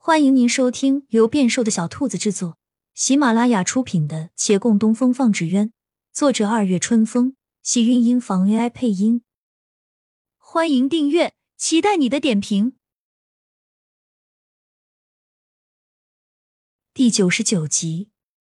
欢迎您收听由变瘦的小兔子制作，喜马拉雅出品的《且共东风放纸鸢》，作者二月春风，喜韵音房 AI 配音。欢迎订阅，期待你的点评。第99集，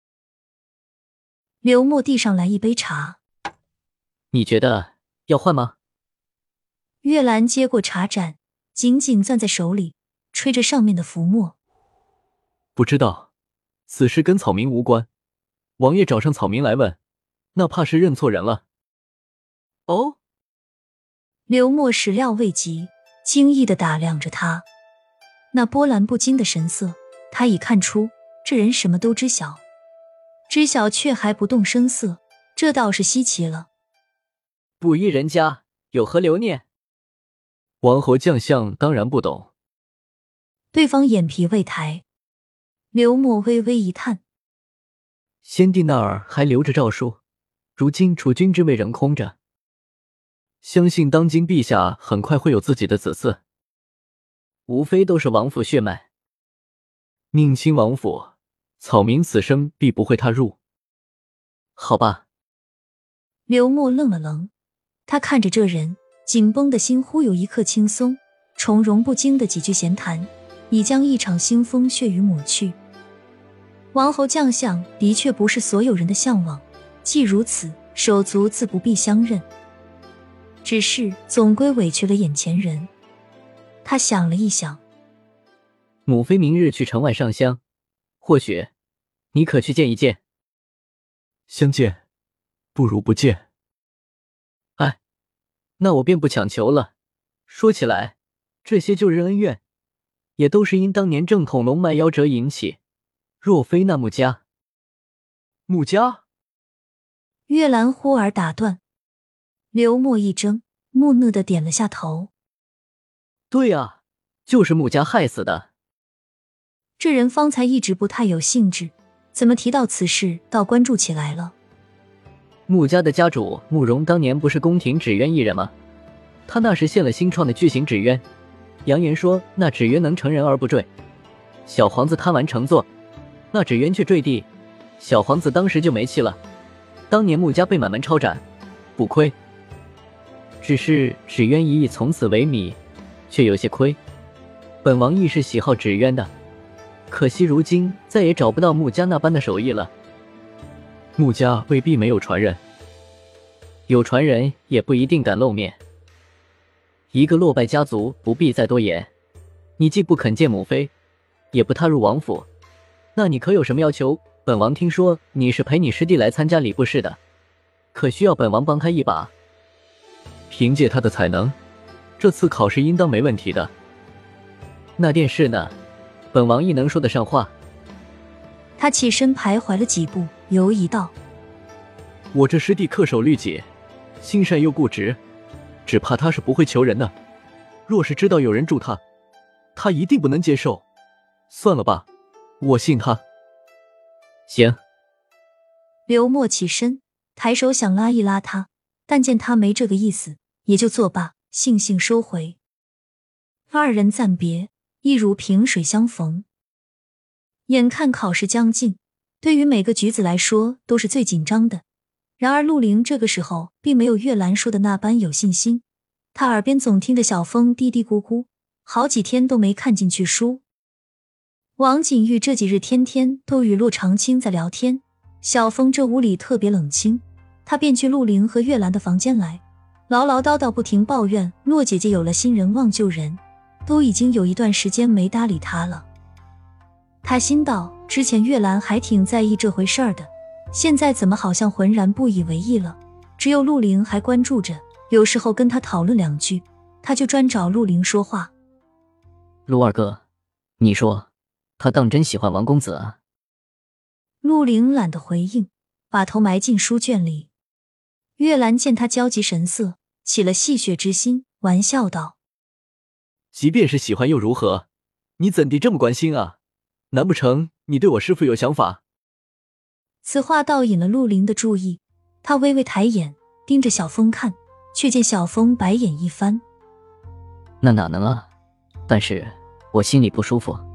刘默递上来一杯茶。 你觉得要换吗？ 月兰接过茶盏，紧紧攥在手里，吹着上面的浮沫。 不知道，此事跟草民无关。王爷找上草民来问，那怕是认错人了。 哦， 刘默始料未及，惊异地打量着他，那波澜不惊的神色，他已看出这人什么都知晓，知晓却还不动声色，这倒是稀奇了。 布衣人家有何留念？ 王侯将相当然不懂。 对方眼皮未抬，刘默微微一叹， 先帝那儿还留着诏书，如今储君之位仍空着， 相信当今陛下很快会有自己的子嗣， 无非都是王府血脉。 宁亲王府，草民此生必不会踏入。 好吧。 刘默愣了愣，他看着这人，紧绷的心忽有一刻轻松，从容不惊的几句闲谈，已将一场腥风血雨抹去。王侯将相的确不是所有人的向往，既如此，手足自不必相认。只是总归委屈了眼前人。他想了一想， 母妃明日去城外上香，或许你可去见一见。 相见，不如不见。 哎，那我便不强求了。说起来，这些旧日恩怨，也都是因当年正统龙脉夭折引起。若非那穆家。 穆家？ 月兰忽而打断。刘默一怔，木讷地点了下头。 对啊，就是穆家害死的。 这人方才一直不太有兴致，怎么提到此事倒关注起来了？ 穆家的家主穆荣当年不是宫廷纸鸢一人吗？他那时献了新创的巨型纸鸢，扬言说那纸鸢能乘人而不坠。小皇子贪玩乘坐，那纸鸢却坠地，小皇子当时就没气了。当年穆家被满门抄斩，不亏。只是纸鸢一役从此为米，却有些亏。本王亦是喜好纸鸢的，可惜如今再也找不到穆家那般的手艺了。 穆家未必没有传人， 有传人也不一定敢露面。一个落败家族不必再多言，你既不肯见母妃，也不踏入王府，那你可有什么要求？本王听说你是陪你师弟来参加礼部试的，可需要本王帮他一把？ 凭借他的才能，这次考试应当没问题的。 那件事呢？本王亦能说得上话。 他起身徘徊了几步，犹疑道： 我这师弟恪守律己，心善又固执，只怕他是不会求人的。若是知道有人助他，他一定不能接受。算了吧，我信他。 行。 刘默起身，抬手想拉一拉他，但见他没这个意思，也就作罢，悻悻收回。二人暂别，一如萍水相逢。眼看考试将近，对于每个举子来说都是最紧张的。然而陆凌这个时候并没有月兰说的那般有信心，他耳边总听着小风嘀嘀咕咕，好几天都没看进去书。王景玉这几日天天都与陆长青在聊天，小风这屋里特别冷清，他便去陆凌和月兰的房间来，唠唠叨叨不停抱怨洛姐姐有了新人忘旧人，都已经有一段时间没搭理他了。他心道，之前月兰还挺在意这回事儿的，现在怎么好像浑然不以为意了？只有陆凌还关注着，有时候跟他讨论两句，他就专找陆凌说话。 陆二哥，你说他当真喜欢王公子啊？ 陆凌懒得回应，把头埋进书卷里。月兰见他焦急神色，起了戏谑之心，玩笑道： 即便是喜欢又如何？你怎地这么关心啊？难不成你对我师父有想法？ 此话倒引了陆凌的注意，他微微抬眼盯着小风看，却见小风白眼一翻。 那哪能啊？但是我心里不舒服，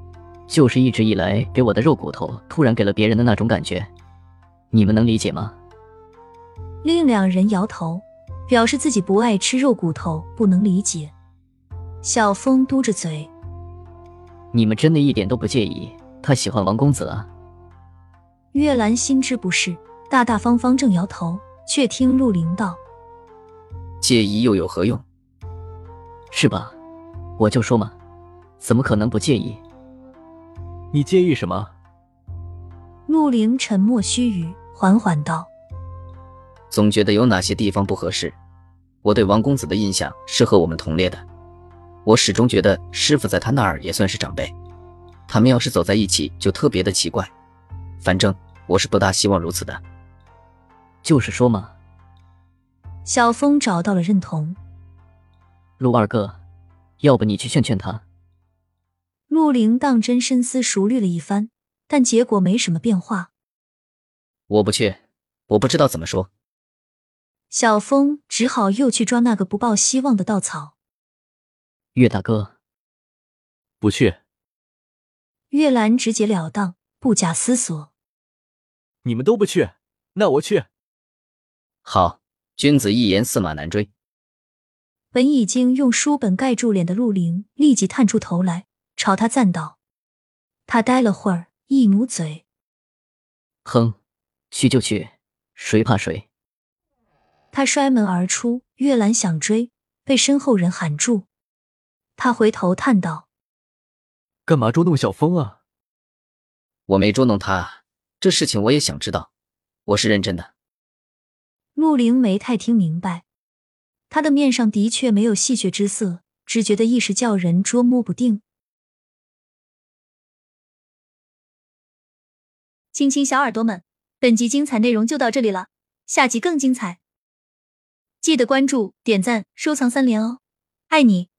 就是一直以来给我的肉骨头突然给了别人的那种感觉，你们能理解吗？ 另两人摇头，表示自己不爱吃肉骨头，不能理解。小风嘟着嘴， 你们真的一点都不介意他喜欢王公子啊？ 月兰心知不是，大大方方正摇头，却听陆凌道： 介意又有何用？ 是吧？我就说嘛，怎么可能不介意？ 你介意什么？ 陆凌沉默须臾，缓缓道： 总觉得有哪些地方不合适。我对王公子的印象是和我们同列的，我始终觉得师傅在他那儿也算是长辈，他们要是走在一起就特别的奇怪，反正我是不大希望如此的。 就是说嘛。 小风找到了认同。 陆二哥，要不你去劝劝他？ 陆凌当真深思熟虑了一番，但结果没什么变化。 我不去，我不知道怎么说。 小风只好又去抓那个不抱希望的稻草。 岳大哥， 不去。 岳兰直截了当，不假思索。 你们都不去，那我去。 好，君子一言，驷马难追。 本已经用书本盖住脸的陆凌立即探出头来，朝他赞道。他呆了会儿，一努嘴， 哼，去就去，谁怕谁？ 他摔门而出，岳兰想追，被身后人喊住。他回头叹道： 干嘛捉弄小风啊？ 我没捉弄他，这事情我也想知道，我是认真的。 陆凌没太听明白，他的面上的确没有戏谑之色，只觉得一时叫人捉摸不定。 亲亲小耳朵们，本集精彩内容就到这里了，下集更精彩，记得关注、点赞、收藏3连哦，爱你。